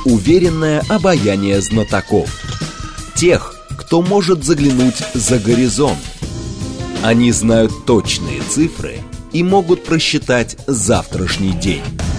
уверенное обаяние знатоков. Тех, кто может заглянуть за горизонт. Они знают точные цифры и могут просчитать завтрашний день.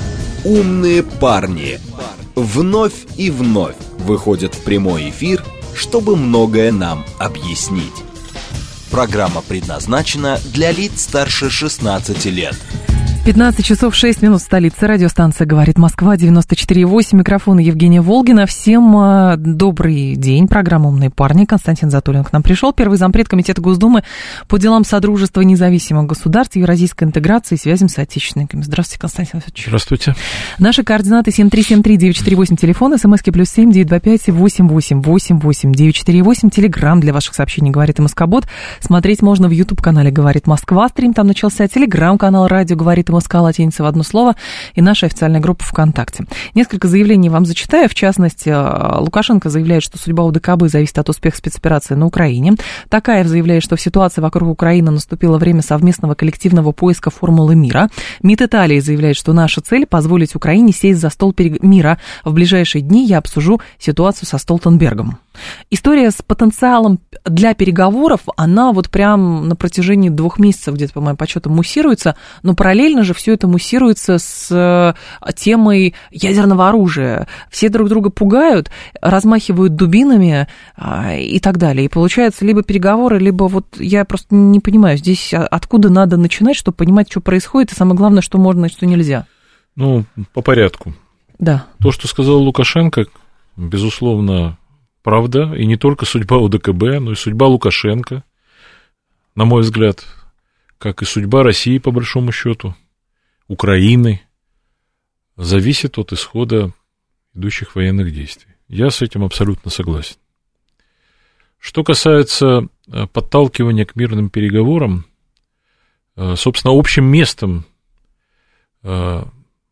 Умные парни вновь и вновь выходят в прямой эфир, чтобы многое нам объяснить. Программа предназначена для лиц старше 16 лет. 15 часов 6 минут в столице. Радиостанция «Говорит Москва», 94,8. Микрофон Евгения Волгина. Всем добрый день. Программа «Умные парни». Константин Затулин к нам пришел. Первый зампред Комитета Госдумы по делам Содружества независимых государств, евразийской интеграции и связям с отечественниками. Здравствуйте, Константин Федорович. Здравствуйте. Наши координаты 7373948, телефон, смски +7 925 8888 948, телеграм для ваших сообщений «Говорит МСК-бот». Смотреть можно в YouTube-канале «Говорит Москва». Стрим там начался. Телеграм-канал «Радио Говорит МСК», латиница в одно слово, и наша официальная группа ВКонтакте. Несколько заявлений вам зачитаю. В частности, Лукашенко заявляет, что судьба УДКБ зависит от успеха спецоперации на Украине. Такаев заявляет, что в ситуации вокруг Украины наступило время совместного коллективного поиска формулы мира. МИД Италии заявляет, что наша цель – позволить Украине сесть за стол мира. В ближайшие дни я обсужу ситуацию со Столтенбергом. История с потенциалом для переговоров, она вот прям на протяжении 2 месяцев где-то, по моим подсчетам, муссируется, но параллельно же все это муссируется с темой ядерного оружия. Все друг друга пугают, размахивают дубинами и так далее. И получается либо переговоры, либо вот я просто не понимаю, здесь откуда надо начинать, чтобы понимать, что происходит, и самое главное, что можно и что нельзя. Ну, по порядку. Да. То, что сказал Лукашенко, безусловно, правда, и не только судьба УДКБ, но и судьба Лукашенко, на мой взгляд, как и судьба России, по большому счету, Украины, зависит от исхода идущих военных действий. Я с этим абсолютно согласен. Что касается подталкивания к мирным переговорам, собственно, общим местом с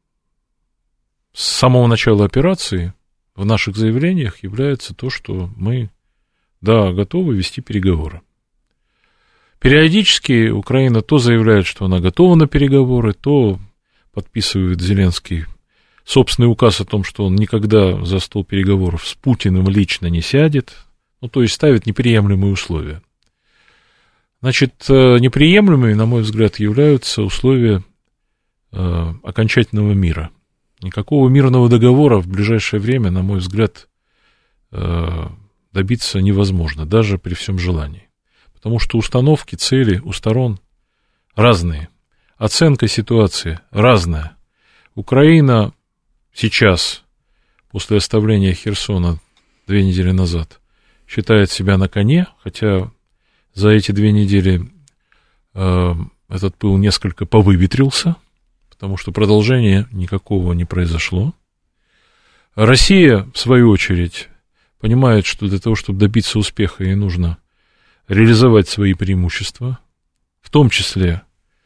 самого начала операции в наших заявлениях является то, что мы, да, готовы вести переговоры. Периодически Украина то заявляет, что она готова на переговоры, то подписывает Зеленский собственный указ о том, что он никогда за стол переговоров с Путиным лично не сядет, ну, то есть ставит неприемлемые условия. Значит, неприемлемыми, на мой взгляд, являются условия окончательного мира. Никакого мирного договора в ближайшее время, на мой взгляд, добиться невозможно, даже при всем желании. Потому что установки, цели у сторон разные. Оценка ситуации разная. Украина сейчас, после оставления Херсона 2 недели назад, считает себя на коне, хотя за эти 2 недели этот пыл несколько повыветрился, потому что продолжения никакого не произошло. Россия, в свою очередь, понимает, что для того, чтобы добиться успеха, ей нужно реализовать свои преимущества, в том числе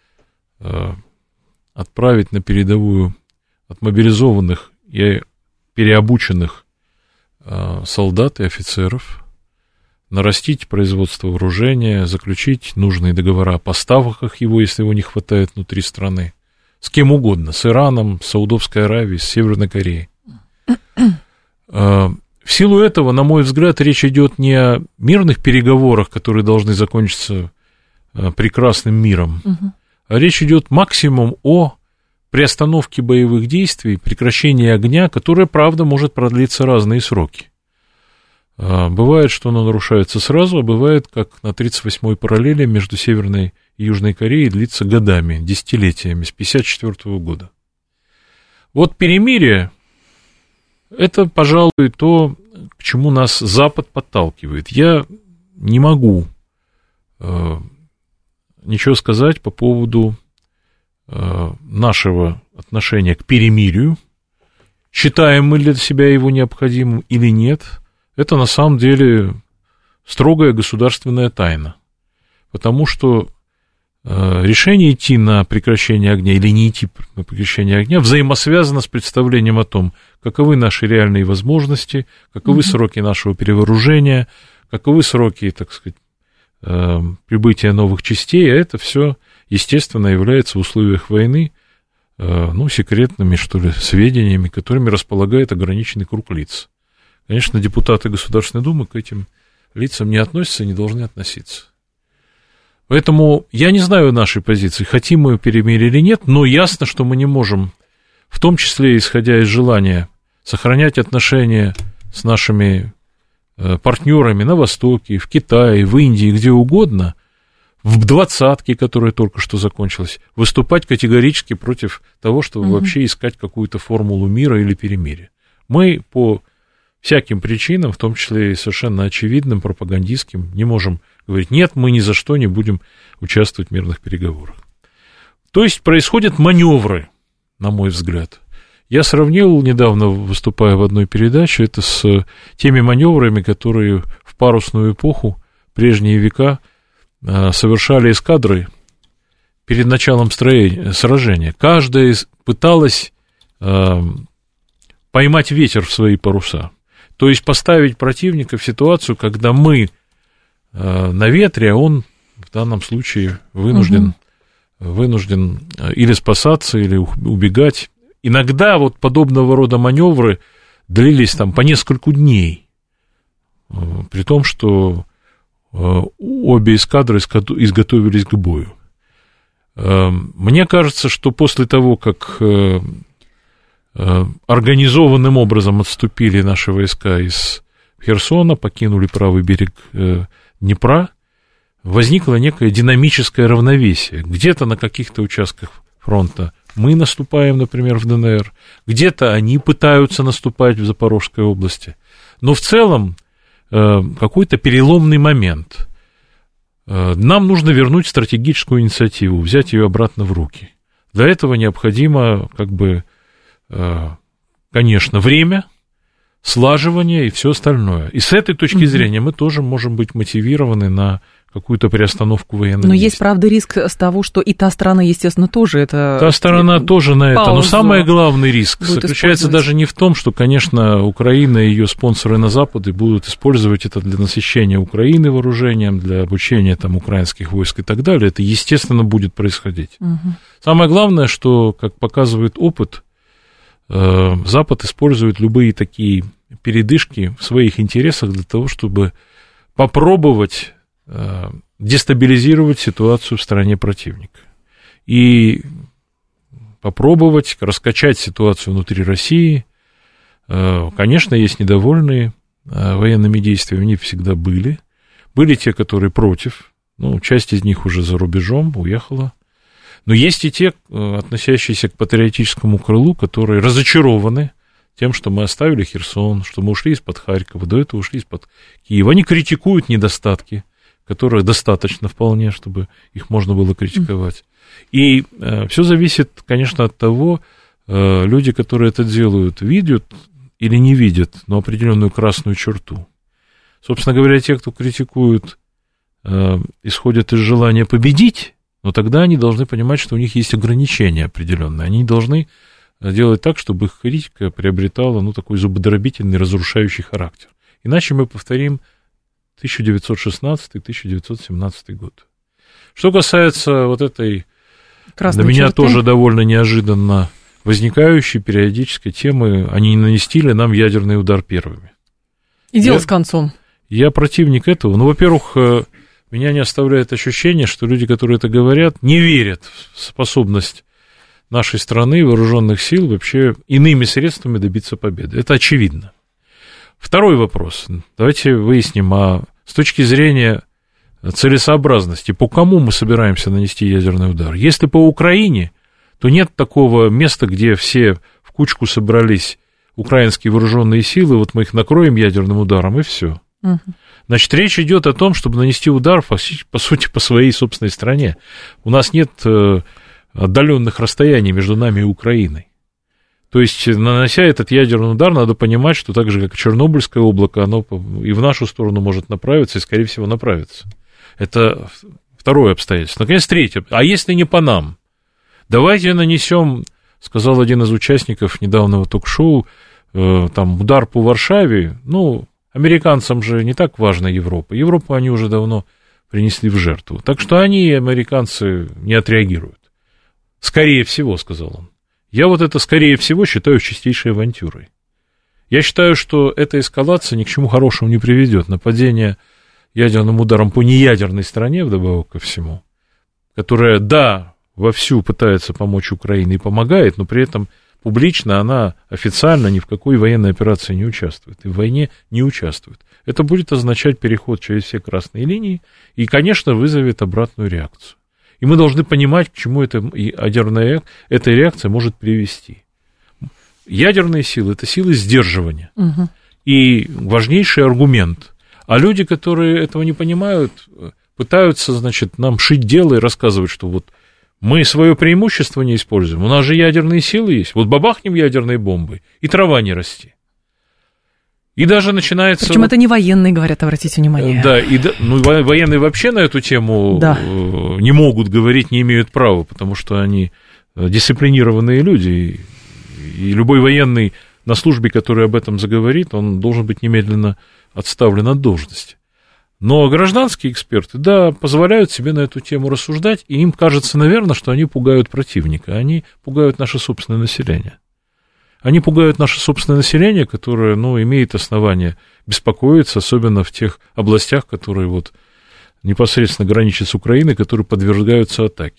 отправить на передовую отмобилизованных и переобученных солдат и офицеров, нарастить производство вооружения, заключить нужные договора о поставках его, если его не хватает внутри страны, с кем угодно, с Ираном, с Саудовской Аравией, с Северной Кореей. В силу этого, на мой взгляд, речь идет не о мирных переговорах, которые должны закончиться прекрасным миром, а речь идет максимум о приостановке боевых действий, прекращении огня, которое, правда, может продлиться разные сроки. Бывает, что оно нарушается сразу, а бывает, как на 38-й параллели между Северной и Южной Кореей, длится годами, десятилетиями, с 1954 года. Вот перемирие – это, пожалуй, то, к чему нас Запад подталкивает. Я не могу ничего сказать по поводу нашего отношения к перемирию. Считаем мы для себя его необходимым или нет, это на самом деле строгая государственная тайна. Потому что решение идти на прекращение огня или не идти на прекращение огня взаимосвязано с представлением о том, каковы наши реальные возможности, каковы сроки нашего перевооружения, каковы сроки, так сказать, прибытия новых частей, а это все, естественно, является в условиях войны секретными, что ли, сведениями, которыми располагает ограниченный круг лиц. Конечно, депутаты Государственной Думы к этим лицам не относятся и не должны относиться. Поэтому я не знаю нашей позиции, хотим мы перемирие или нет, но ясно, что мы не можем, в том числе исходя из желания сохранять отношения с нашими партнерами на Востоке, в Китае, в Индии, где угодно, в двадцатке, которая только что закончилась, выступать категорически против того, чтобы вообще искать какую-то формулу мира или перемирия. Мы по всяким причинам, в том числе и совершенно очевидным, пропагандистским, не можем говорить, нет, мы ни за что не будем участвовать в мирных переговорах. То есть происходят маневры, на мой взгляд. Я сравнил недавно, выступая в одной передаче, это с теми маневрами, которые в парусную эпоху, прежние века, совершали эскадры перед началом сражения. Каждая пыталась поймать ветер в свои паруса. То есть поставить противника в ситуацию, когда мы на ветре, а он в данном случае вынужден или спасаться, или убегать. Иногда вот подобного рода маневры длились там по несколько дней, при том, что обе эскадры изготовились к бою. Мне кажется, что после того, как организованным образом отступили наши войска из Херсона, покинули правый берег Днепра, возникло некое динамическое равновесие. Где-то на каких-то участках фронта мы наступаем, например, в ДНР, где-то они пытаются наступать в Запорожской области. Но в целом какой-то переломный момент. Нам нужно вернуть стратегическую инициативу, взять ее обратно в руки. Для этого необходимо, конечно, время, слаживание и все остальное. И с этой точки зрения мы тоже можем быть мотивированы на какую-то приостановку военных действий. Но есть, правда, риск с того, что и та сторона, естественно, тоже это... Та сторона тоже на это. Но самый главный риск заключается даже не в том, что, конечно, Украина и ее спонсоры на Западе будут использовать это для насыщения Украины вооружением, для обучения там украинских войск и так далее. Это, естественно, будет происходить. Самое главное, что, как показывает опыт, Запад использует любые такие передышки в своих интересах для того, чтобы попробовать дестабилизировать ситуацию в стране противника и попробовать раскачать ситуацию внутри России. Конечно, есть недовольные военными действиями, они всегда были. Были те, которые против, часть из них уже за рубежом уехала. Но есть и те, относящиеся к патриотическому крылу, которые разочарованы тем, что мы оставили Херсон, что мы ушли из-под Харькова, до этого ушли из-под Киева. Они критикуют недостатки, которых достаточно вполне, чтобы их можно было критиковать. И все зависит, конечно, от того, люди, которые это делают, видят или не видят, но определенную красную черту. Собственно говоря, те, кто критикуют, исходят из желания победить, но тогда они должны понимать, что у них есть ограничения определенные. Они должны делать так, чтобы их критика приобретала такой зубодробительный, разрушающий характер. Иначе мы повторим 1916-1917 год. Что касается вот этой, красной для меня черты, тоже довольно неожиданно возникающей периодической темы, они не нанесли ли нам ядерный удар первыми. И дело с концом. Я противник этого. Во-первых, меня не оставляет ощущение, что люди, которые это говорят, не верят в способность нашей страны, вооруженных сил, вообще иными средствами добиться победы. Это очевидно. Второй вопрос. Давайте выясним, с точки зрения целесообразности, по кому мы собираемся нанести ядерный удар? Если по Украине, то нет такого места, где все в кучку собрались украинские вооруженные силы, вот мы их накроем ядерным ударом, и все. Значит, речь идет о том, чтобы нанести удар, по сути, по своей собственной стране. У нас нет отдаленных расстояний между нами и Украиной. То есть, нанося этот ядерный удар, надо понимать, что так же, как и Чернобыльское облако, оно и в нашу сторону может направиться, и, скорее всего, направится. Это второе обстоятельство. Наконец, третье. А если не по нам? Давайте нанесем, сказал один из участников недавнего ток-шоу, там, удар по Варшаве. Американцам же не так важна Европа. Европу они уже давно принесли в жертву. Так что они, американцы, не отреагируют. Скорее всего, сказал он. Я вот это, скорее всего, считаю чистейшей авантюрой. Я считаю, что эта эскалация ни к чему хорошему не приведет. Нападение ядерным ударом по неядерной стране, вдобавок ко всему, которая, да, вовсю пытается помочь Украине и помогает, но при этом публично она официально ни в какой военной операции не участвует, и в войне не участвует. Это будет означать переход через все красные линии и, конечно, вызовет обратную реакцию. И мы должны понимать, к чему эта реакция может привести. Ядерные силы – это силы сдерживания. Угу. И важнейший аргумент. А люди, которые этого не понимают, пытаются, значит, нам шить дело и рассказывать, что вот мы свое преимущество не используем, у нас же ядерные силы есть, вот бабахнем ядерной бомбой, и трава не расти. И даже начинается... Причем это не военные говорят, обратите внимание. Да, ну, военные вообще на эту тему не могут говорить, не имеют права, потому что они дисциплинированные люди, и любой военный на службе, который об этом заговорит, он должен быть немедленно отставлен от должности. Но гражданские эксперты, да, позволяют себе на эту тему рассуждать, и им кажется, наверное, что они пугают противника, они пугают наше собственное население. Они пугают наше собственное население, которое, ну, имеет основание беспокоиться, особенно в тех областях, которые вот непосредственно граничат с Украиной, которые подвергаются атаке.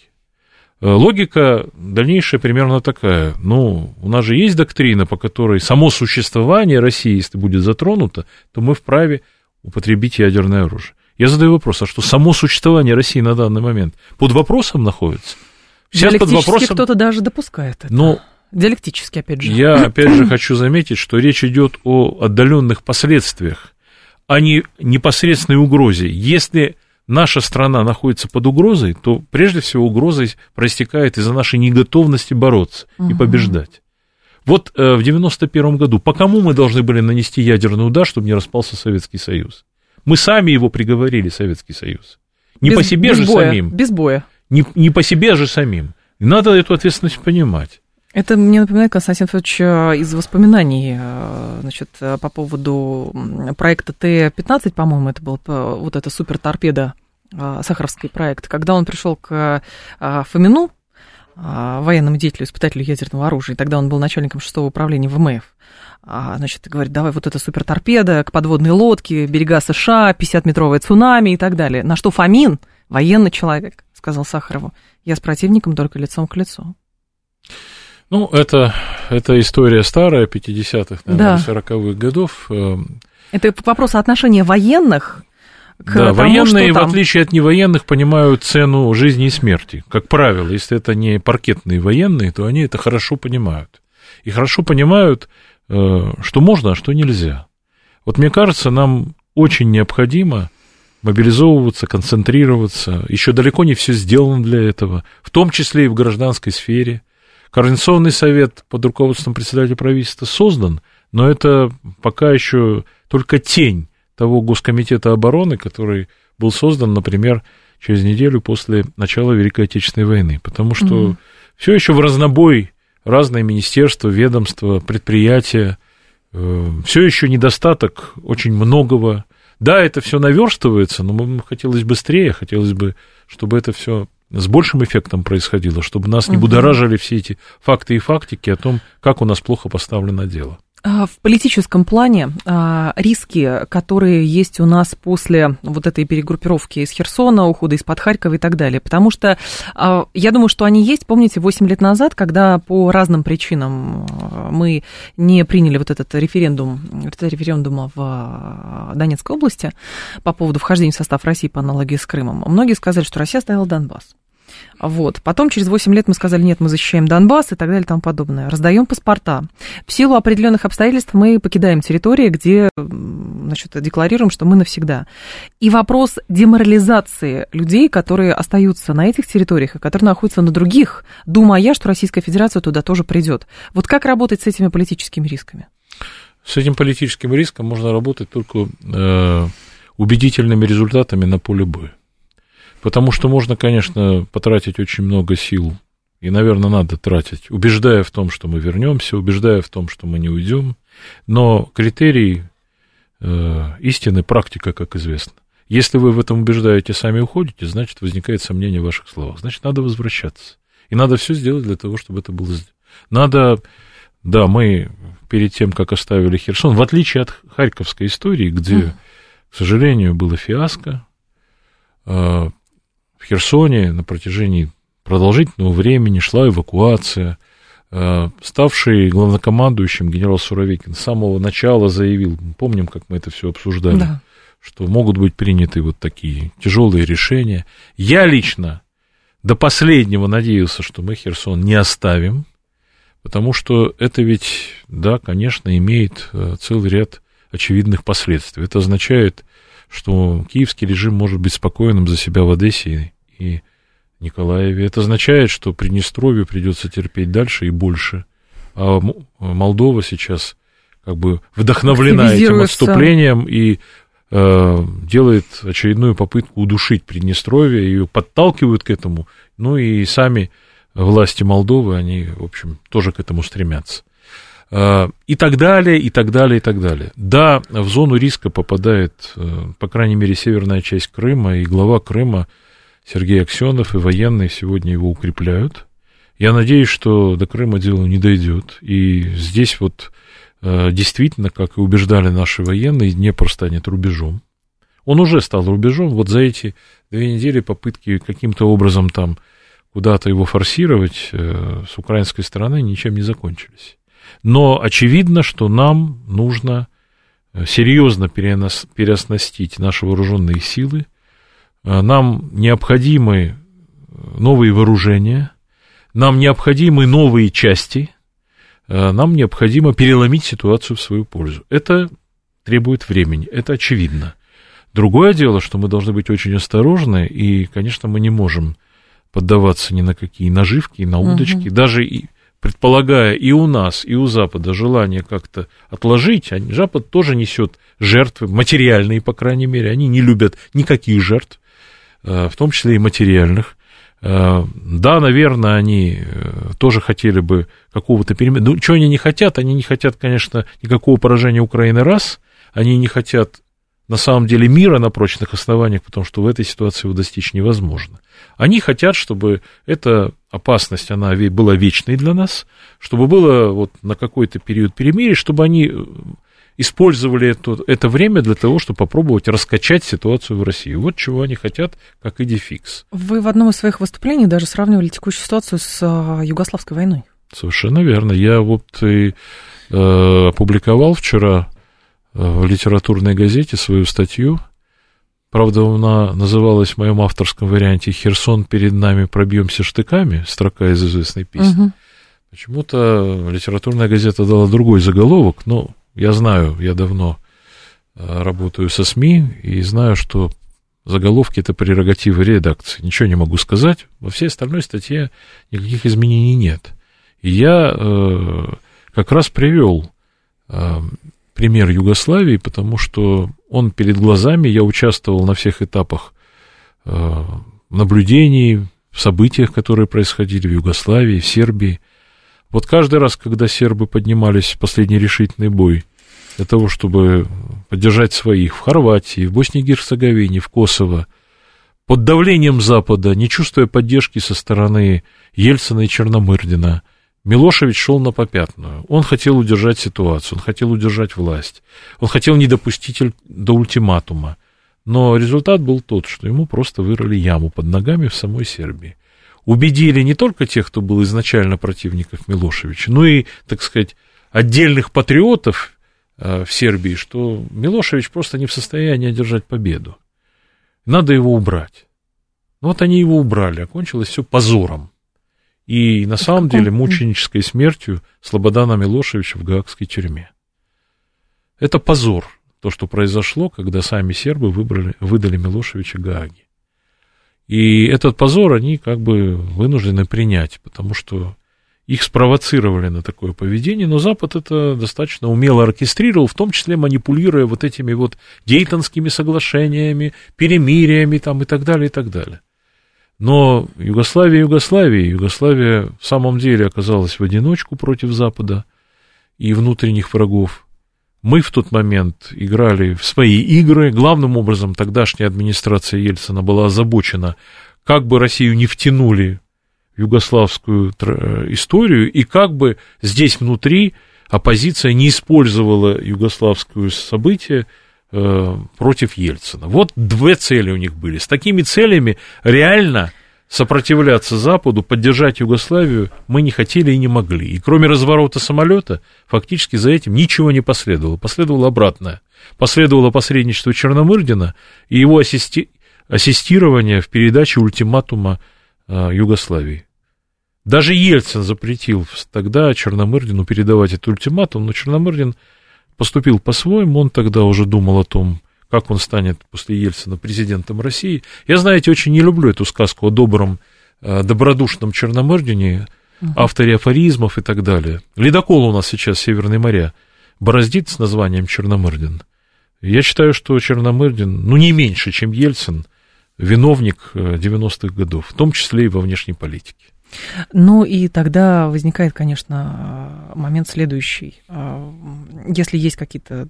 Логика дальнейшая примерно такая. Ну, у нас же есть доктрина, по которой само существование России, если будет затронуто, то мы вправе употребить ядерное оружие. Я задаю вопрос, а что само существование России на данный момент под вопросом находится? Сейчас диалектически под вопросом... кто-то даже допускает это. Ну, диалектически, опять же. Я, опять же, хочу заметить, что речь идет о отдаленных последствиях, а не непосредственной угрозе. Если наша страна находится под угрозой, то прежде всего угроза проистекает из-за нашей неготовности бороться и побеждать. Вот в 1991 году по кому мы должны были нанести ядерный удар, чтобы не распался Советский Союз? Мы сами его приговорили, Советский Союз. Не по себе же самим. Без боя. Не по себе же самим. И надо эту ответственность понимать. Это мне напоминает, Константин Федорович, из воспоминаний, значит, по поводу проекта Т-15, по-моему, это был вот эта суперторпеда, сахаровский проект, когда он пришел к Фомину, военному деятелю, испытателю ядерного оружия, и тогда он был начальником 6-го управления ВМФ, значит, говорит, давай вот эта суперторпеда к подводной лодке, берега США, 50-метровое цунами и так далее. На что Фомин, военный человек, сказал Сахарову, я с противником только лицом к лицу. Ну, это история старая, 50-х, наверное, 40-х годов. Это вопрос отношения военных к тому, военные, что там... в отличие от невоенных, понимают цену жизни и смерти. Как правило, если это не паркетные военные, то они это хорошо понимают. И хорошо понимают, что можно, а что нельзя. Вот мне кажется, нам очень необходимо мобилизовываться, концентрироваться. Еще далеко не все сделано для этого, в том числе и в гражданской сфере. Координационный совет под руководством председателя правительства создан, но это пока еще только тень того Госкомитета обороны, который был создан, например, через неделю после начала Великой Отечественной войны. Потому что все еще в разнобой разные министерства, ведомства, предприятия, все еще недостаток очень многого. Да, это все наверстывается, но хотелось быстрее, хотелось бы, чтобы это все с большим эффектом происходило, чтобы нас не будоражили все эти факты и фактики о том, как у нас плохо поставлено дело. В политическом плане риски, которые есть у нас после вот этой перегруппировки из Херсона, ухода из-под Харькова и так далее, потому что я думаю, что они есть. Помните, 8 лет назад, когда по разным причинам мы не приняли вот этот референдума в Донецкой области по поводу вхождения в состав России по аналогии с Крымом, многие сказали, что Россия оставила Донбасс. Вот. Потом, через 8 лет мы сказали, нет, мы защищаем Донбасс и так далее и тому подобное. Раздаем паспорта. В силу определенных обстоятельств мы покидаем территории, где, значит, декларируем, что мы навсегда. И вопрос деморализации людей, которые остаются на этих территориях и которые находятся на других, думая, что Российская Федерация туда тоже придет. Вот как работать с этими политическими рисками? С этим политическим риском можно работать только убедительными результатами на поле боя. Потому что можно, конечно, потратить очень много сил, и, наверное, надо тратить, убеждая в том, что мы вернемся, убеждая в том, что мы не уйдем, но критерий истины — практика, как известно. Если вы в этом убеждаете, сами уходите, значит, возникает сомнение в ваших словах, значит, надо возвращаться. И надо все сделать для того, чтобы это было Надо, да, мы перед тем, как оставили Херсон, в отличие от Харьковской истории, где, к сожалению, было фиаско, в Херсоне на протяжении продолжительного времени шла эвакуация. Ставший главнокомандующим генерал Суровикин с самого начала заявил, помним, как мы это все обсуждали, да, что могут быть приняты вот такие тяжелые решения. Я лично до последнего надеялся, что мы Херсон не оставим, потому что это ведь, да, конечно, имеет целый ряд очевидных последствий. Это означает, что киевский режим может быть спокойным за себя в Одессе и Николаеве. Это означает, что Приднестровью придется терпеть дальше и больше. А Молдова сейчас как бы вдохновлена этим отступлением и делает очередную попытку удушить Приднестровье, ее подталкивают к этому, ну и сами власти Молдовы, они, в общем, тоже к этому стремятся. И так далее, и так далее, и так далее. Да, в зону риска попадает, по крайней мере, северная часть Крыма, и глава Крыма Сергей Аксенов и военные сегодня его укрепляют. Я надеюсь, что до Крыма дело не дойдет, и здесь вот действительно, как и убеждали наши военные, Днепр станет рубежом. Он уже стал рубежом, вот за эти 2 недели попытки каким-то образом там куда-то его форсировать с украинской стороны ничем не закончились. Но очевидно, что нам нужно серьезно переоснастить наши вооруженные силы, нам необходимы новые вооружения, нам необходимы новые части, нам необходимо переломить ситуацию в свою пользу. Это требует времени, это очевидно. Другое дело, что мы должны быть очень осторожны, и, конечно, мы не можем поддаваться ни на какие наживки, на удочки, даже и предполагая и у нас, и у Запада желание как-то отложить, Запад тоже несет жертвы, материальные, по крайней мере, они не любят никаких жертв, в том числе и материальных. Да, наверное, они тоже хотели бы какого-то перемен. Ну, что они не хотят? Они не хотят, конечно, никакого поражения Украины, раз. Они не хотят, на самом деле, мира на прочных основаниях, потому что в этой ситуации его достичь невозможно. Они хотят, чтобы эта опасность, она была вечной для нас, чтобы было вот на какой-то период перемирия, чтобы они использовали это время для того, чтобы попробовать раскачать ситуацию в России. Вот чего они хотят, как идификс. Вы в одном из своих выступлений даже сравнивали текущую ситуацию с Югославской войной. Совершенно верно. Я вот и опубликовал вчера в литературной газете свою статью. Правда, она называлась в моем авторском варианте «Херсон перед нами, пробьемся штыками», строка из известной песни. Почему-то литературная газета дала другой заголовок, но я знаю, я давно работаю со СМИ и знаю, что заголовки – это прерогатива редакции. Ничего не могу сказать. Во всей остальной статье никаких изменений нет. И я как раз привел пример Югославии, потому что он перед глазами, я участвовал на всех этапах наблюдений, в событиях, которые происходили в Югославии, в Сербии. Вот каждый раз, когда сербы поднимались в последний решительный бой для того, чтобы поддержать своих в Хорватии, в Боснии и Герцеговине, в Косово, под давлением Запада, не чувствуя поддержки со стороны Ельцина и Черномырдина, Милошевич шел на попятную. Он хотел удержать ситуацию, он хотел удержать власть, он хотел не допустить до ультиматума. Но результат был тот, что ему просто вырыли яму под ногами в самой Сербии. Убедили не только тех, кто был изначально противников Милошевича, но и, так сказать, отдельных патриотов в Сербии, что Милошевич просто не в состоянии одержать победу. Надо его убрать. Ну, вот они его убрали, окончилось все позором. И на самом деле мученической смертью Слободана Милошевича в гаагской тюрьме. Это позор, то, что произошло, когда сами сербы выдали Милошевича Гааге. И этот позор они как бы вынуждены принять, потому что их спровоцировали на такое поведение, но Запад это достаточно умело оркестрировал, в том числе манипулируя вот этими вот Дейтонскими соглашениями, перемириями там, и так далее, и так далее. Но Югославия в самом деле оказалась в одиночку против Запада и внутренних врагов. Мы в тот момент играли в свои игры. Главным образом тогдашняя администрация Ельцина была озабочена, как бы Россию не втянули в югославскую историю, и как бы здесь внутри оппозиция не использовала югославское событие против Ельцина. Вот две цели у них были. С такими целями реально сопротивляться Западу, поддержать Югославию мы не хотели и не могли. И кроме разворота самолета, фактически за этим ничего не последовало. Последовало обратное. Последовало посредничество Черномырдина и его ассистирование в передаче ультиматума Югославии. Даже Ельцин запретил тогда Черномырдину передавать этот ультиматум, но Черномырдин поступил по-своему, он тогда уже думал о том, как он станет после Ельцина президентом России. Я, знаете, очень не люблю эту сказку о добром, добродушном Черномырдине, авторе афоризмов и так далее. Ледокол у нас сейчас Северные моря бороздит с названием Черномырдин. Я считаю, что Черномырдин, не меньше, чем Ельцин, виновник 90-х годов, в том числе и во внешней политике. Ну и тогда возникает, конечно, момент следующий. Если есть какие-то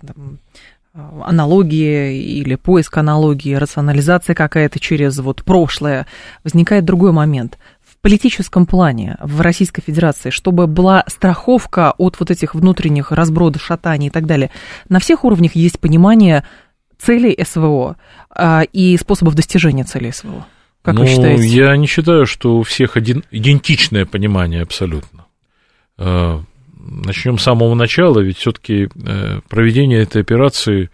аналогии или поиск аналогии, рационализация какая-то через прошлое, возникает другой момент. В политическом плане в Российской Федерации, чтобы была страховка от этих внутренних разбродов, шатаний и так далее, на всех уровнях есть понимание целей СВО и способов достижения целей СВО. Как вы считаете? Я не считаю, что у всех идентичное понимание абсолютно. Начнем с самого начала, ведь все-таки проведение этой операции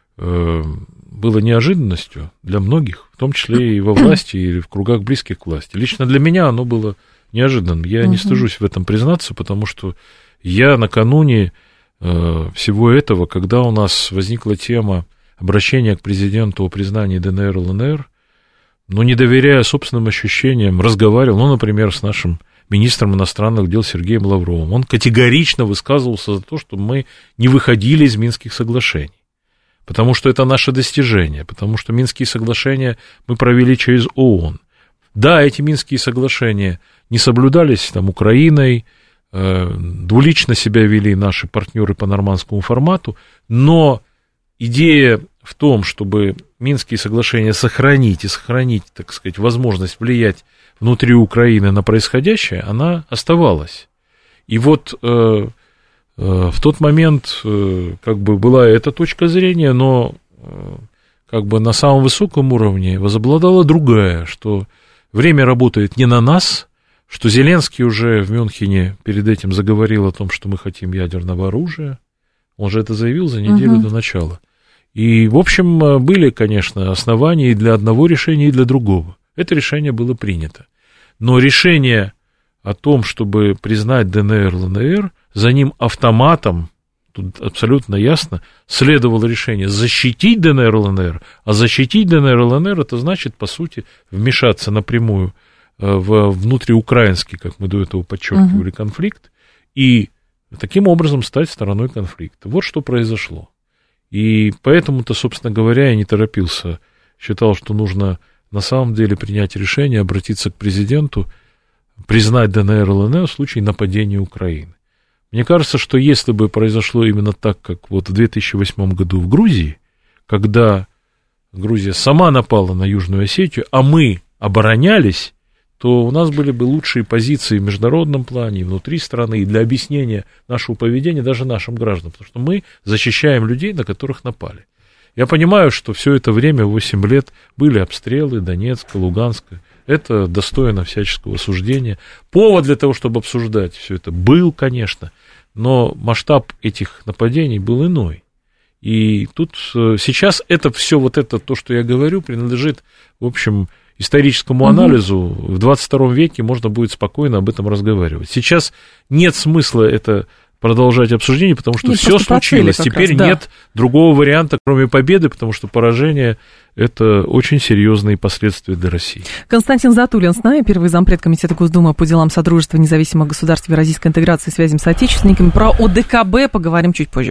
было неожиданностью для многих, в том числе и во власти, или в кругах близких к власти. Лично для меня оно было неожиданным. Я не стыжусь в этом признаться, потому что я накануне всего этого, когда у нас возникла тема обращения к президенту о признании ДНР и ЛНР, не доверяя собственным ощущениям, разговаривал, например, с нашим министром иностранных дел Сергеем Лавровым. Он категорично высказывался за то, чтобы мы не выходили из Минских соглашений, потому что это наше достижение, потому что Минские соглашения мы провели через ООН. Да, эти Минские соглашения не соблюдались Украиной, двулично себя вели наши партнеры по нормандскому формату, но идея в том, чтобы Минские соглашения сохранить, так сказать, возможность влиять внутри Украины на происходящее, она оставалась. И в тот момент была эта точка зрения, но на самом высоком уровне возобладала другая, что время работает не на нас, что Зеленский уже в Мюнхене перед этим заговорил о том, что мы хотим ядерного оружия. Он же это заявил за неделю до начала. И, в общем, были, конечно, основания и для одного решения, и для другого. Это решение было принято. Но решение о том, чтобы признать ДНР, ЛНР, за ним автоматом, тут абсолютно ясно, следовало решение защитить ДНР, ЛНР, а защитить ДНР, ЛНР, это значит, по сути, вмешаться напрямую в внутриукраинский, как мы до этого подчеркивали, конфликт, и таким образом стать стороной конфликта. Вот что произошло. И поэтому-то, собственно говоря, я не торопился. Считал, что нужно на самом деле принять решение, обратиться к президенту, признать ДНР и ЛНР в случае нападения Украины. Мне кажется, что если бы произошло именно так, как в 2008 году в Грузии, когда Грузия сама напала на Южную Осетию, а мы оборонялись, то у нас были бы лучшие позиции в международном плане, и внутри страны, и для объяснения нашего поведения даже нашим гражданам, потому что мы защищаем людей, на которых напали. Я понимаю, что все это время, 8 лет, были обстрелы Донецка, Луганска. Это достойно всяческого осуждения. Повод для того, чтобы обсуждать все это, был, конечно, но масштаб этих нападений был иной. И тут сейчас это все, то, что я говорю, принадлежит, в общем, историческому анализу. В 22 веке можно будет спокойно об этом разговаривать. Сейчас нет смысла это продолжать обсуждение, потому что все случилось. Теперь нет другого варианта, кроме победы, потому что поражение – это очень серьезные последствия для России. Константин Затулин с нами, первый зампред Комитета Госдумы по делам Содружества независимых государств, евразийской интеграции и связям с отечественниками. Про ОДКБ поговорим чуть позже.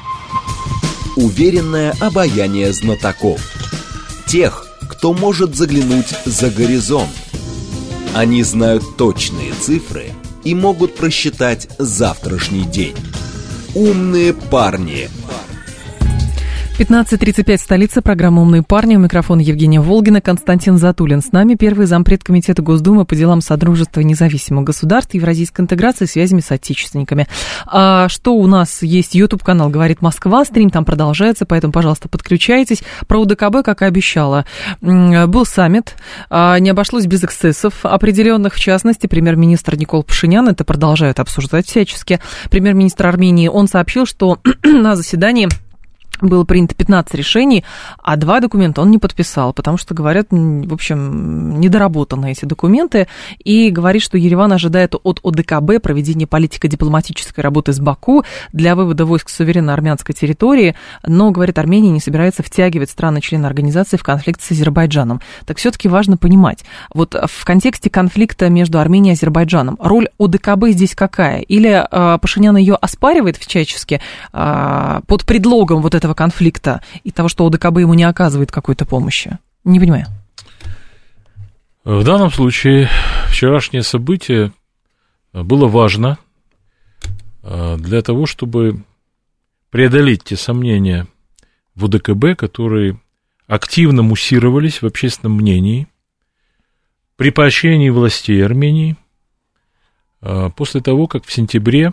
Уверенное обаяние знатоков. Тех, кто может заглянуть за горизонт. Они знают точные цифры и могут просчитать завтрашний день. Умные парни. 15:35, столица, программа «Умные парни». У микрофона Евгения Волгина, Константин Затулин. С нами первый зампред комитета Госдумы по делам Содружества независимых государств, евразийской интеграции и связями с отечественниками. Что у нас есть? YouTube-канал «Говорит Москва», стрим там продолжается, поэтому, пожалуйста, подключайтесь. Про УДКБ, как и обещала, был саммит, не обошлось без эксцессов определенных, в частности, премьер-министр Никол Пашинян, это продолжают обсуждать всячески. Премьер-министр Армении, он сообщил, что на заседании было принято 15 решений, а 2 документа он не подписал, потому что, говорят, в общем, недоработаны эти документы, и говорит, что Ереван ожидает от ОДКБ проведения политико-дипломатической работы с Баку для вывода войск с суверенной армянской территории, но, говорит, Армения не собирается втягивать страны-члены организации в конфликт с Азербайджаном. Так все-таки важно понимать, вот в контексте конфликта между Арменией и Азербайджаном роль ОДКБ здесь какая? Или Пашинян ее оспаривает всячески под предлогом вот этого конфликта и того, что ОДКБ ему не оказывает какой-то помощи? Не понимаю. В данном случае вчерашнее событие было важно для того, чтобы преодолеть те сомнения в ОДКБ, которые активно муссировались в общественном мнении при поощрении властей Армении после того, как в сентябре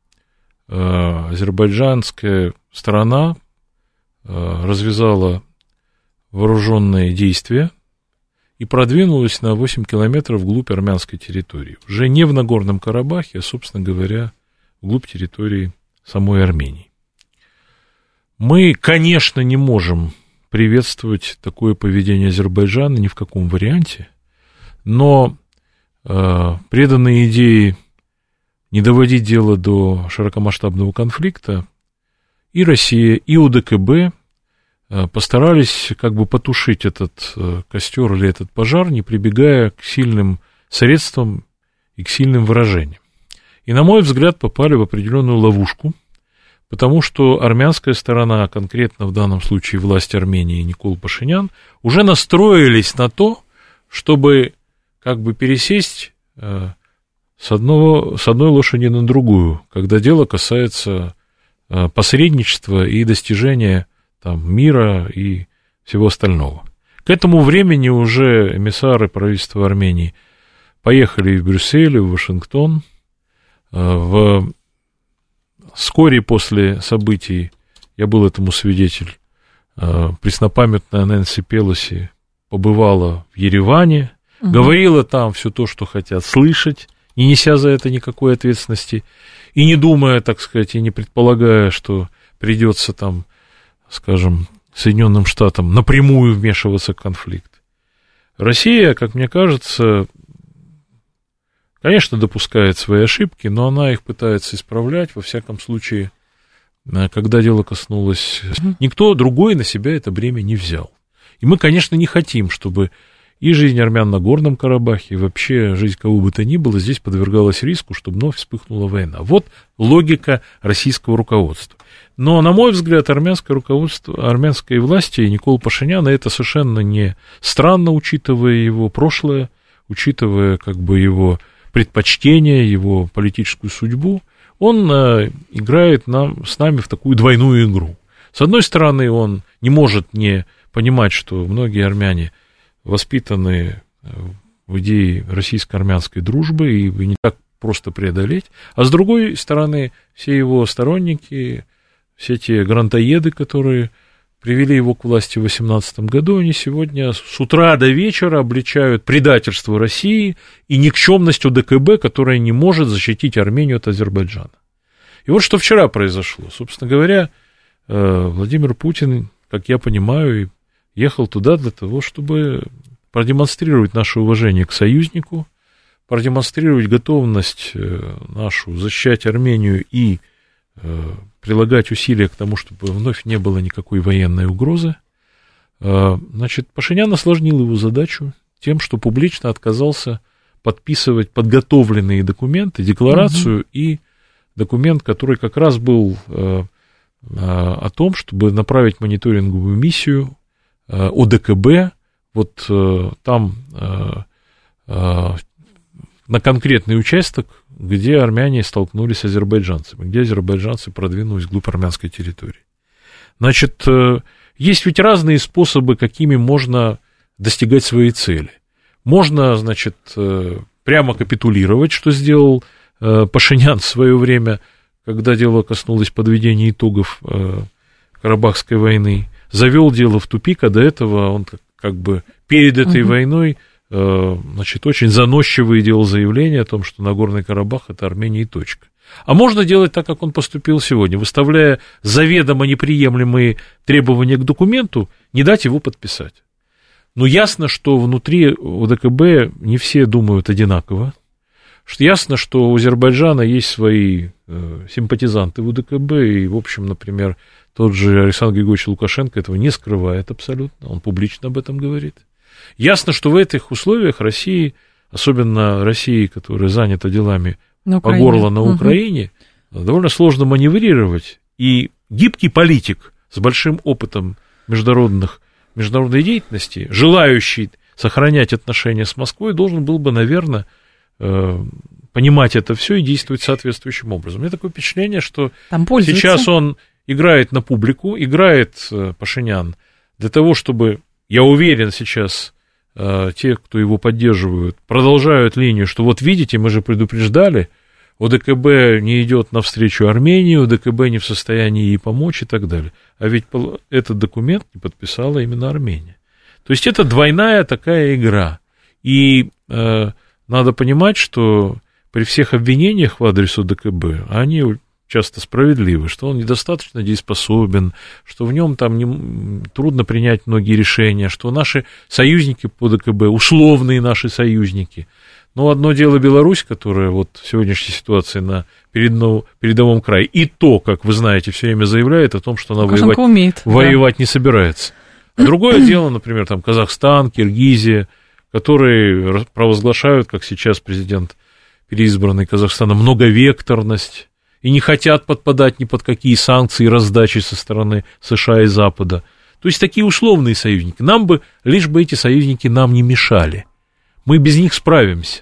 азербайджанская сторона развязала вооруженные действия и продвинулась на 8 километров вглубь армянской территории. Уже не в Нагорном Карабахе, а, собственно говоря, вглубь территории самой Армении. Мы, конечно, не можем приветствовать такое поведение Азербайджана ни в каком варианте, но преданные идеи не доводить дело до широкомасштабного конфликта и Россия, и ОДКБ постарались как бы потушить этот костер или этот пожар, не прибегая к сильным средствам и к сильным выражениям. И, на мой взгляд, попали в определенную ловушку, потому что армянская сторона, конкретно в данном случае власть Армении и Никол Пашинян, уже настроились на то, чтобы как бы пересесть с одной лошади на другую, когда дело касается посредничества и достижения там мира и всего остального. К этому времени уже эмиссары правительства Армении поехали в Брюссель, в Вашингтон. Вскоре после событий, я был этому свидетель, преснопамятная Нэнси Пелоси побывала в Ереване, говорила там все то, что хотят слышать, не неся за это никакой ответственности, и не думая, так сказать, и не предполагая, что придется там, скажем, Соединенным Штатам напрямую вмешиваться в конфликт. Россия, как мне кажется, конечно, допускает свои ошибки, но она их пытается исправлять, во всяком случае, когда дело коснулось... Никто другой на себя это бремя не взял. И мы, конечно, не хотим, чтобы и жизнь армян на Горном Карабахе, и вообще жизнь кого бы то ни было здесь подвергалась риску, чтобы вновь вспыхнула война. Вот логика российского руководства. Но, на мой взгляд, армянское руководство, армянской власти и Никола Пашиняна это совершенно не странно, учитывая его прошлое, учитывая как бы его предпочтения, его политическую судьбу. Он играет с нами в такую двойную игру. С одной стороны, он не может не понимать, что многие армяне воспитаны в идее российско-армянской дружбы, и не так просто преодолеть. А с другой стороны, все его сторонники, все те грантоеды, которые привели его к власти в 2018 году, они сегодня с утра до вечера обличают предательство России и никчемность ОДКБ, которая не может защитить Армению от Азербайджана. И вот что вчера произошло. Собственно говоря, Владимир Путин, как я понимаю, ехал туда для того, чтобы продемонстрировать наше уважение к союзнику, продемонстрировать готовность нашу защищать Армению и прилагать усилия к тому, чтобы вновь не было никакой военной угрозы. Значит, Пашинян осложнил его задачу тем, что публично отказался подписывать подготовленные документы, декларацию и документ, который как раз был о том, чтобы направить мониторинговую миссию ОДКБ, вот там на конкретный участок, где армяне столкнулись с азербайджанцами, где азербайджанцы продвинулись вглубь армянской территории. Значит, есть ведь разные способы, какими можно достигать своей цели. Можно, значит, прямо капитулировать, что сделал Пашинян в свое время, когда дело коснулось подведения итогов Карабахской войны, завел дело в тупик, а до этого он как бы перед этой войной, значит, очень заносчиво делал заявление о том, что Нагорный Карабах – это Армения и точка. А можно делать так, как он поступил сегодня, выставляя заведомо неприемлемые требования к документу, не дать его подписать. Но ясно, что внутри ОДКБ не все думают одинаково. Ясно, что у Азербайджана есть свои симпатизанты в ОДКБ, и, в общем, например, тот же Александр Григорьевич Лукашенко этого не скрывает абсолютно, он публично об этом говорит. Ясно, что в этих условиях России, особенно России, которая занята делами по горло на Украине, довольно сложно маневрировать, и гибкий политик с большим опытом международной деятельности, желающий сохранять отношения с Москвой, должен был бы, наверное, понимать это все и действовать соответствующим образом. У меня такое впечатление, что сейчас он играет на публику, играет Пашинян для того, чтобы, я уверен, сейчас те, кто его поддерживают, продолжают линию, что вот видите, мы же предупреждали, ОДКБ не идет навстречу Армении, ОДКБ не в состоянии ей помочь и так далее. А ведь этот документ не подписала именно Армения. То есть это двойная такая игра. И надо понимать, что при всех обвинениях в адрес ОДКБ, они часто справедливы, что он недостаточно дееспособен, что в нем там трудно принять многие решения, что наши союзники по ОДКБ, условные наши союзники. Но одно дело Беларусь, которая вот в сегодняшней ситуации на передовом крае, и то, как вы знаете, все время заявляет о том, что она воевать не собирается. А другое дело, например, там Казахстан, Киргизия, которые провозглашают, как сейчас президент переизбранный Казахстана, многовекторность, и не хотят подпадать ни под какие санкции и раздачи со стороны США и Запада. То есть такие условные союзники. Нам бы, лишь бы эти союзники нам не мешали. Мы без них справимся.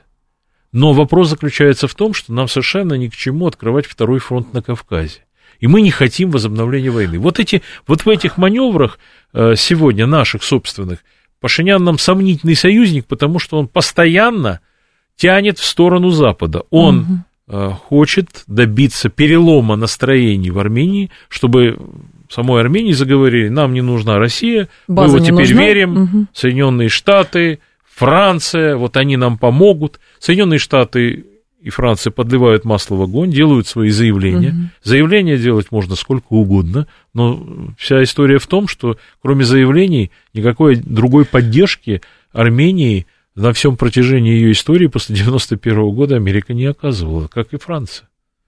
Но вопрос заключается в том, что нам совершенно ни к чему открывать второй фронт на Кавказе. И мы не хотим возобновления войны. Вот в этих маневрах сегодня наших собственных Пашинян нам сомнительный союзник, потому что он постоянно тянет в сторону Запада. Он хочет добиться перелома настроений в Армении, чтобы в самой Армении заговорили, нам не нужна Россия, мы вот теперь верим, Соединенные Штаты, Франция, вот они нам помогут. Соединенные Штаты и Франция подливают масло в огонь, делают свои заявления. Заявления делать можно сколько угодно, но вся история в том, что кроме заявлений никакой другой поддержки Армении на всем протяжении ее истории после 1991 года Америка не оказывала, как и Франция.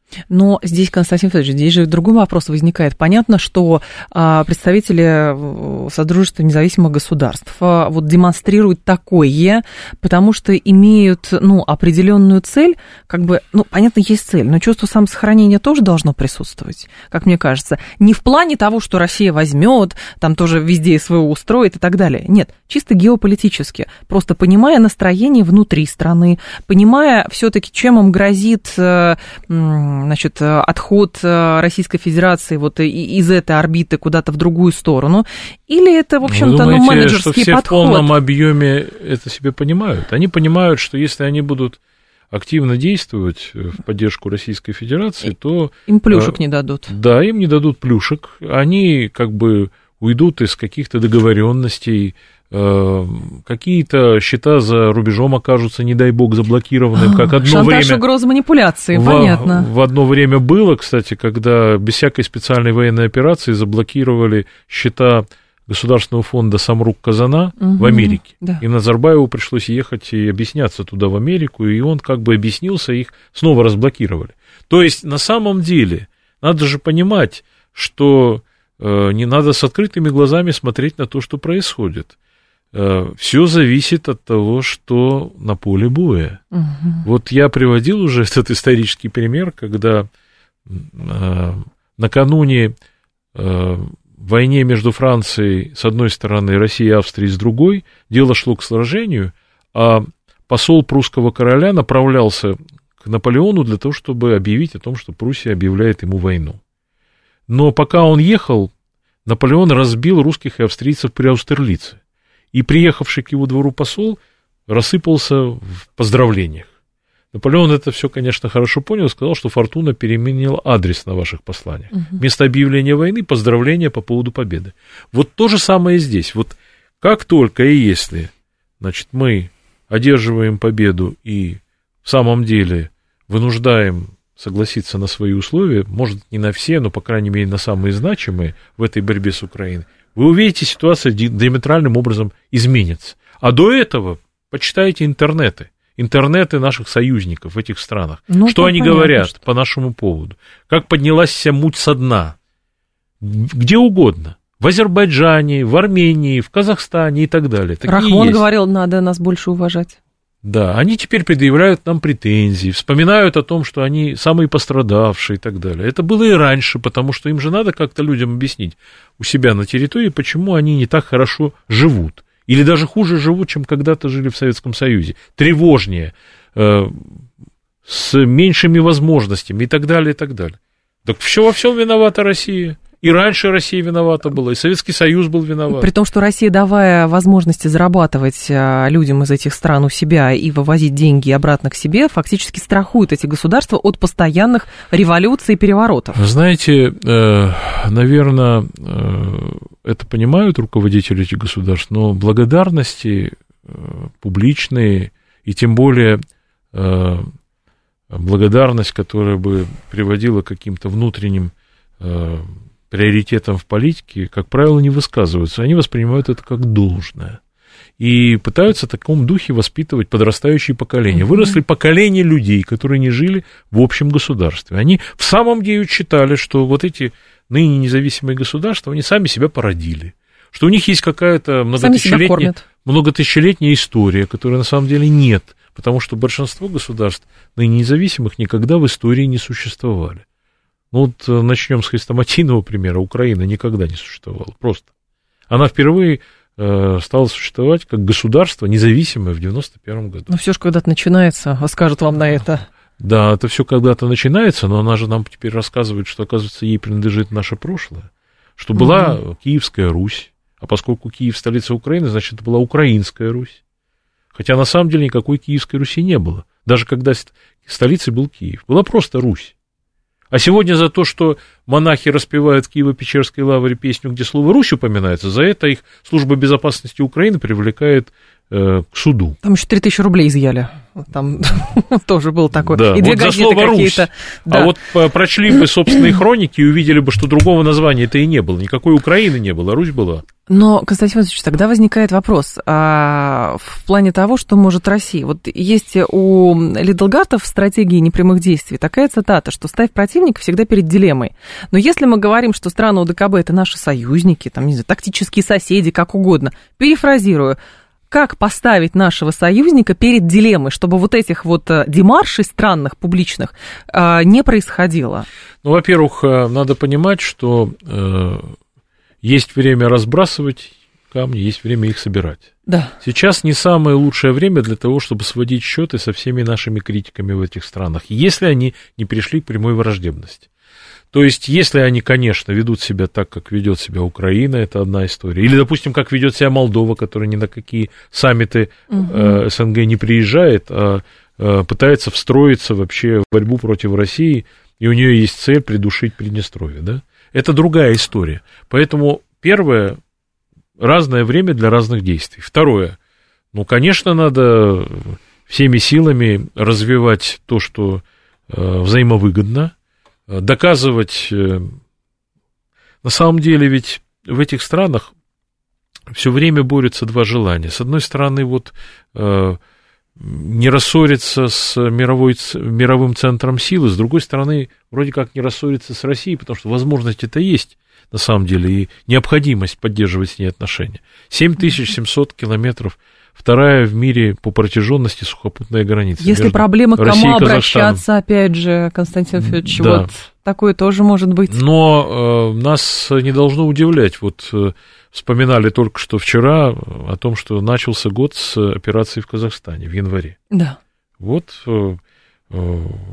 Но здесь, Константин Федорович, здесь же другой вопрос возникает. Понятно, что представители Содружества независимых государств вот демонстрируют такое, потому что имеют, определенную цель, понятно, есть цель, но чувство самосохранения тоже должно присутствовать, как мне кажется. Не в плане того, что Россия возьмет, там тоже везде СВО устроит и так далее. Нет, чисто геополитически. Просто понимая настроение внутри страны, понимая все-таки, чем им грозит отход Российской Федерации вот из этой орбиты куда-то в другую сторону, или это, в общем-то, менеджерский подход? Что все в полном объеме это себе понимают. Они понимают, что если они будут активно действовать в поддержку Российской Федерации, то... Им плюшек не дадут. Да, им не дадут плюшек. Они уйдут из каких-то договоренностей, какие-то счета за рубежом окажутся, не дай бог, заблокированными, как одно шантаж, время... Шантаж, угроза, манипуляции, понятно. В одно время было, кстати, когда без всякой специальной военной операции заблокировали счета Государственного фонда Самрук-Казана в Америке. Да. И Назарбаеву пришлось ехать и объясняться туда, в Америку, и он объяснился, их снова разблокировали. То есть, на самом деле, надо же понимать, что не надо с открытыми глазами смотреть на то, что происходит. Все зависит от того, что на поле боя. Вот я приводил уже этот исторический пример, когда накануне войне между Францией с одной стороны и Россией и Австрией с другой дело шло к сражению, а посол прусского короля направлялся к Наполеону для того, чтобы объявить о том, что Пруссия объявляет ему войну. Но пока он ехал, Наполеон разбил русских и австрийцев при Аустерлице. И приехавший к его двору посол рассыпался в поздравлениях. Наполеон это все, конечно, хорошо понял, сказал, что фортуна переменила адрес на ваших посланиях. Вместо объявления войны поздравления по поводу победы. Вот то же самое здесь. Вот как только и если, значит, мы одерживаем победу и в самом деле вынуждаем согласиться на свои условия, может, не на все, но, по крайней мере, на самые значимые в этой борьбе с Украиной, вы увидите, ситуация диаметральным образом изменится. А до этого почитайте интернеты наших союзников в этих странах. Ну, что они говорят по нашему поводу. Как поднялась вся муть со дна. Где угодно. В Азербайджане, в Армении, в Казахстане и так далее. Рахмон говорил, надо нас больше уважать. Да, они теперь предъявляют нам претензии, вспоминают о том, что они самые пострадавшие и так далее. Это было и раньше, потому что им же надо как-то людям объяснить у себя на территории, почему они не так хорошо живут. Или даже хуже живут, чем когда-то жили в Советском Союзе. Тревожнее, с меньшими возможностями и так далее, и так далее. Так все во всем виновата Россия. И раньше Россия виновата была, и Советский Союз был виноват. При том, что Россия, давая возможности зарабатывать людям из этих стран у себя и вывозить деньги обратно к себе, фактически страхует эти государства от постоянных революций и переворотов. Вы знаете, наверное, это понимают руководители этих государств, но благодарности публичные, и тем более благодарность, которая бы приводила к каким-то внутренним приоритетам в политике, как правило, не высказываются. Они воспринимают это как должное. И пытаются в таком духе воспитывать подрастающие поколения. Выросли поколения людей, которые не жили в общем государстве. Они в самом деле считали, что вот эти ныне независимые государства, они сами себя породили. Что у них есть какая-то многотысячелетняя история, которой на самом деле нет. Потому что большинство государств ныне независимых никогда в истории не существовали. Ну вот начнем с хрестоматийного примера. Украина никогда не существовала, просто. Она впервые стала существовать как государство независимое в 91 году. Ну все же когда-то начинается, скажут вам на это. Да, это все когда-то начинается, но она же нам теперь рассказывает, что, оказывается, ей принадлежит наше прошлое. Что была Киевская Русь, а поскольку Киев столица Украины, значит, это была Украинская Русь. Хотя на самом деле никакой Киевской Руси не было. Даже когда столицей был Киев. Была просто Русь. А сегодня за то, что монахи распевают в Киево-Печерской лавре песню, где слово «Русь» упоминается, за это их служба безопасности Украины привлекает к суду. Там еще 3000 рублей изъяли. Там тоже был такой. Да, и вот за слово «Русь». Да. А вот прочли бы собственные хроники и увидели бы, что другого названия-то и не было. Никакой Украины не было, Русь была. Но, Константин Иванович, тогда возникает вопрос в плане того, что может Россия. Вот есть у Лидлгарта в стратегии непрямых действий такая цитата, что ставь противника всегда перед дилеммой. Но если мы говорим, что страны ОДКБ это наши союзники, там, не знаю, тактические соседи, как угодно, перефразирую, как поставить нашего союзника перед дилеммой, чтобы вот этих вот демаршей странных, публичных, не происходило? Ну, во-первых, надо понимать, что есть время разбрасывать камни, есть время их собирать. Да. Сейчас не самое лучшее время для того, чтобы сводить счеты со всеми нашими критиками в этих странах, если они не пришли к прямой враждебности. То есть, если они, конечно, ведут себя так, как ведет себя Украина, это одна история. Или, допустим, как ведет себя Молдова, которая ни на какие саммиты СНГ не приезжает, а пытается встроиться вообще в борьбу против России, и у нее есть цель придушить Приднестровье, да? Это другая история. Поэтому, первое, разное время для разных действий. Второе, ну, конечно, надо всеми силами развивать то, что взаимовыгодно, доказывать, на самом деле ведь в этих странах все время борются два желания. С одной стороны, вот не рассориться с мировым центром силы, с другой стороны, вроде как не рассориться с Россией, потому что возможность это есть, на самом деле, и необходимость поддерживать с ней отношения. 7700 километров, вторая в мире по протяженности сухопутная граница. Если проблема, к кому обращаться, опять же, Константин Федорович, да. Вот такое тоже может быть. Но нас не должно удивлять. Вот вспоминали только что вчера о том, что начался год с операции в Казахстане в январе. Да. Вот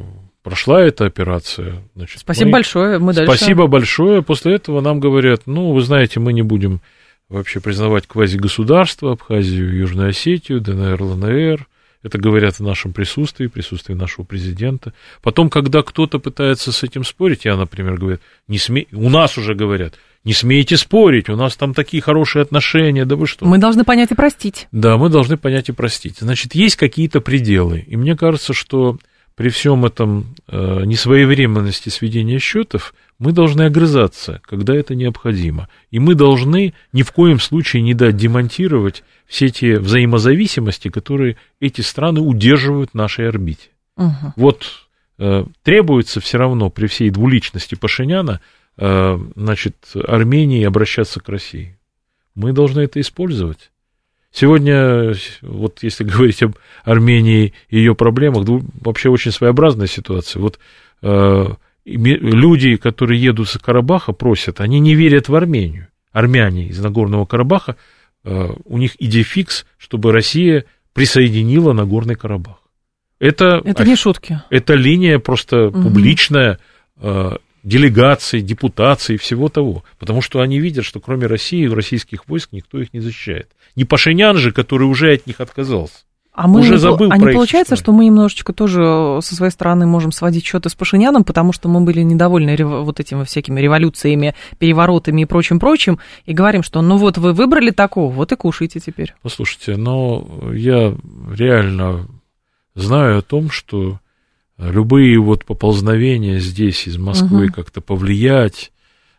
Прошла эта операция. Значит, спасибо большое. Мы дальше... Спасибо большое. После этого нам говорят, вы знаете, мы не будем вообще признавать квазигосударства, Абхазию, Южную Осетию, ДНР, ЛНР. Это говорят в нашем присутствии нашего президента. Потом, когда кто-то пытается с этим спорить, я, например, говорю, у нас уже говорят, не смейте спорить, у нас там такие хорошие отношения, да вы что? Мы должны понять и простить. Да, мы должны понять и простить. Значит, есть какие-то пределы, и мне кажется, что при всем этом несвоевременности сведения счетов мы должны огрызаться, когда это необходимо. И мы должны ни в коем случае не дать демонтировать все те взаимозависимости, которые эти страны удерживают в нашей орбите. Угу. Вот требуется все равно при всей двуличности Пашиняна, значит, Армении обращаться к России. Мы должны это использовать. Сегодня, вот если говорить об Армении и ее проблемах, вообще очень своеобразная ситуация. Вот люди, которые едут из Карабаха, просят, они не верят в Армению. Армяне из Нагорного Карабаха, у них идея фикс, чтобы Россия присоединила Нагорный Карабах. Это не шутки. Это линия просто публичная, делегаций, депутаций и всего того. Потому что они видят, что кроме России, российских войск никто их не защищает. Не Пашинян же, который уже от них отказался. А мы уже забыл про их получается, что мы немножечко тоже со своей стороны можем сводить счеты с Пашиняном, потому что мы были недовольны вот этими всякими революциями, переворотами и прочим, и говорим, что вот вы выбрали такого, вот и кушайте теперь. Послушайте, я реально знаю о том, что любые вот поползновения здесь из Москвы как-то повлиять,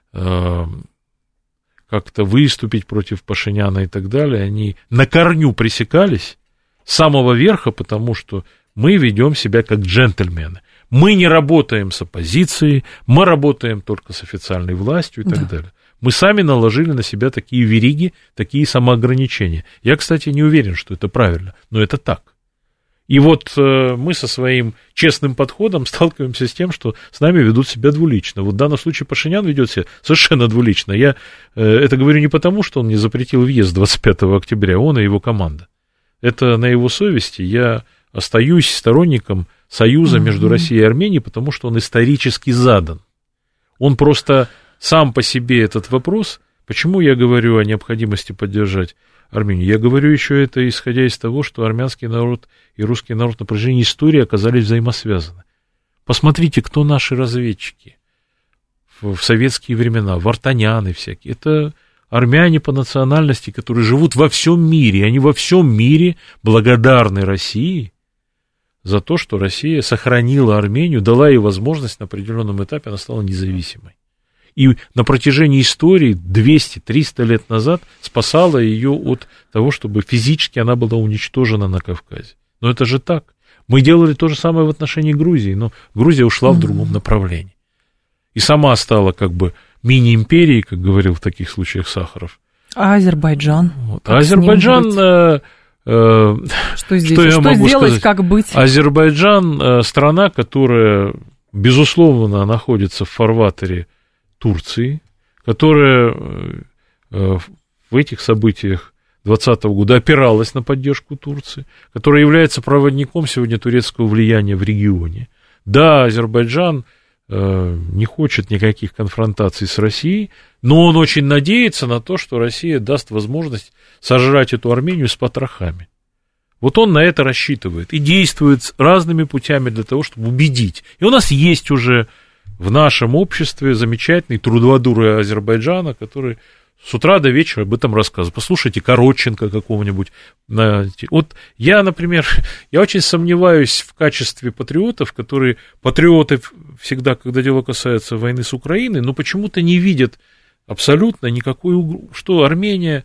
как-то выступить против Пашиняна и так далее, они на корню пресекались с самого верха, потому что мы ведем себя как джентльмены. Мы не работаем с оппозицией, мы работаем только с официальной властью и так далее. Мы сами наложили на себя такие вериги, такие самоограничения. Я, кстати, не уверен, что это правильно, но это так. И вот мы со своим честным подходом сталкиваемся с тем, что с нами ведут себя двулично. Вот в данном случае Пашинян ведет себя совершенно двулично. Я это говорю не потому, что он не запретил въезд 25 октября, он и его команда. Это на его совести. Я остаюсь сторонником союза между Россией и Арменией, потому что он исторически задан. Он просто сам по себе этот вопрос. Почему я говорю о необходимости поддержать Армению? Я говорю еще это, исходя из того, что армянский народ и русский народ на протяжении истории оказались взаимосвязаны. Посмотрите, кто наши разведчики в советские времена, вартаняны всякие. Это армяне по национальности, которые живут во всем мире. Они во всем мире благодарны России за то, что Россия сохранила Армению, дала ей возможность на определенном этапе, она стала независимой. И на протяжении истории 200-300 лет назад спасала ее от того, чтобы физически она была уничтожена на Кавказе. Но это же так. Мы делали то же самое в отношении Грузии, но Грузия ушла в другом направлении. И сама стала как бы мини-империей, как говорил в таких случаях Сахаров. А Азербайджан? Вот. А Азербайджан... Что здесь? Что могу сделать, сказать? Как быть? Азербайджан страна, которая, безусловно, находится в фарватере Турции, которая в этих событиях 2020 года опиралась на поддержку Турции, которая является проводником сегодня турецкого влияния в регионе. Да, Азербайджан не хочет никаких конфронтаций с Россией, но он очень надеется на то, что Россия даст возможность сожрать эту Армению с потрохами. Вот он на это рассчитывает и действует разными путями для того, чтобы убедить. И у нас есть уже в нашем обществе замечательный трудоводур Азербайджана, который с утра до вечера об этом рассказывает. Послушайте Коротченко какого-нибудь. Вот я, например, я очень сомневаюсь в качестве патриотов, которые патриоты всегда, когда дело касается войны с Украиной, но почему-то не видят абсолютно никакой угрозы, что Армения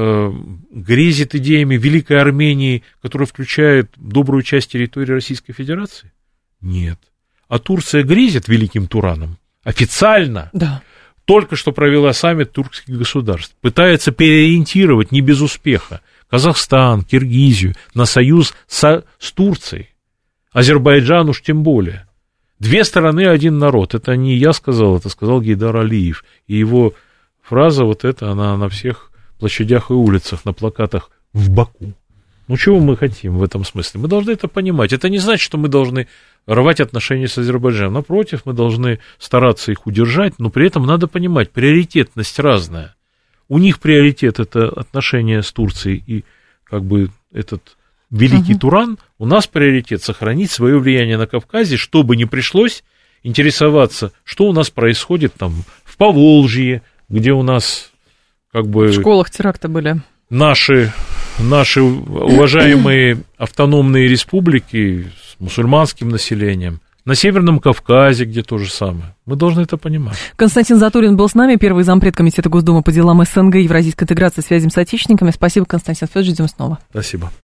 грезит идеями Великой Армении, которая включает добрую часть территории Российской Федерации? Нет. А Турция грезит Великим Тураном официально. Да. Только что провела саммит тюркских государств. Пытается переориентировать, не без успеха, Казахстан, Киргизию на союз с Турцией. Азербайджан уж тем более. Две стороны, один народ. Это не я сказал, это сказал Гейдар Алиев. И его фраза вот эта, она на всех площадях и улицах, на плакатах в Баку. Ну, чего мы хотим в этом смысле? Мы должны это понимать. Это не значит, что мы должны рвать отношения с Азербайджаном. Напротив, мы должны стараться их удержать, но при этом надо понимать, приоритетность разная. У них приоритет – это отношения с Турцией и как бы этот великий Туран. У нас приоритет – сохранить свое влияние на Кавказе, чтобы не пришлось интересоваться, что у нас происходит там в Поволжье, где у нас как бы... В школах теракты были. Наши уважаемые автономные республики с мусульманским населением, на Северном Кавказе, где то же самое. Мы должны это понимать. Константин Затулин был с нами, первый зампред Комитета Госдумы по делам СНГ и евразийской интеграции, связям с отечественниками. Спасибо, Константин Федорович, ждем снова. Спасибо.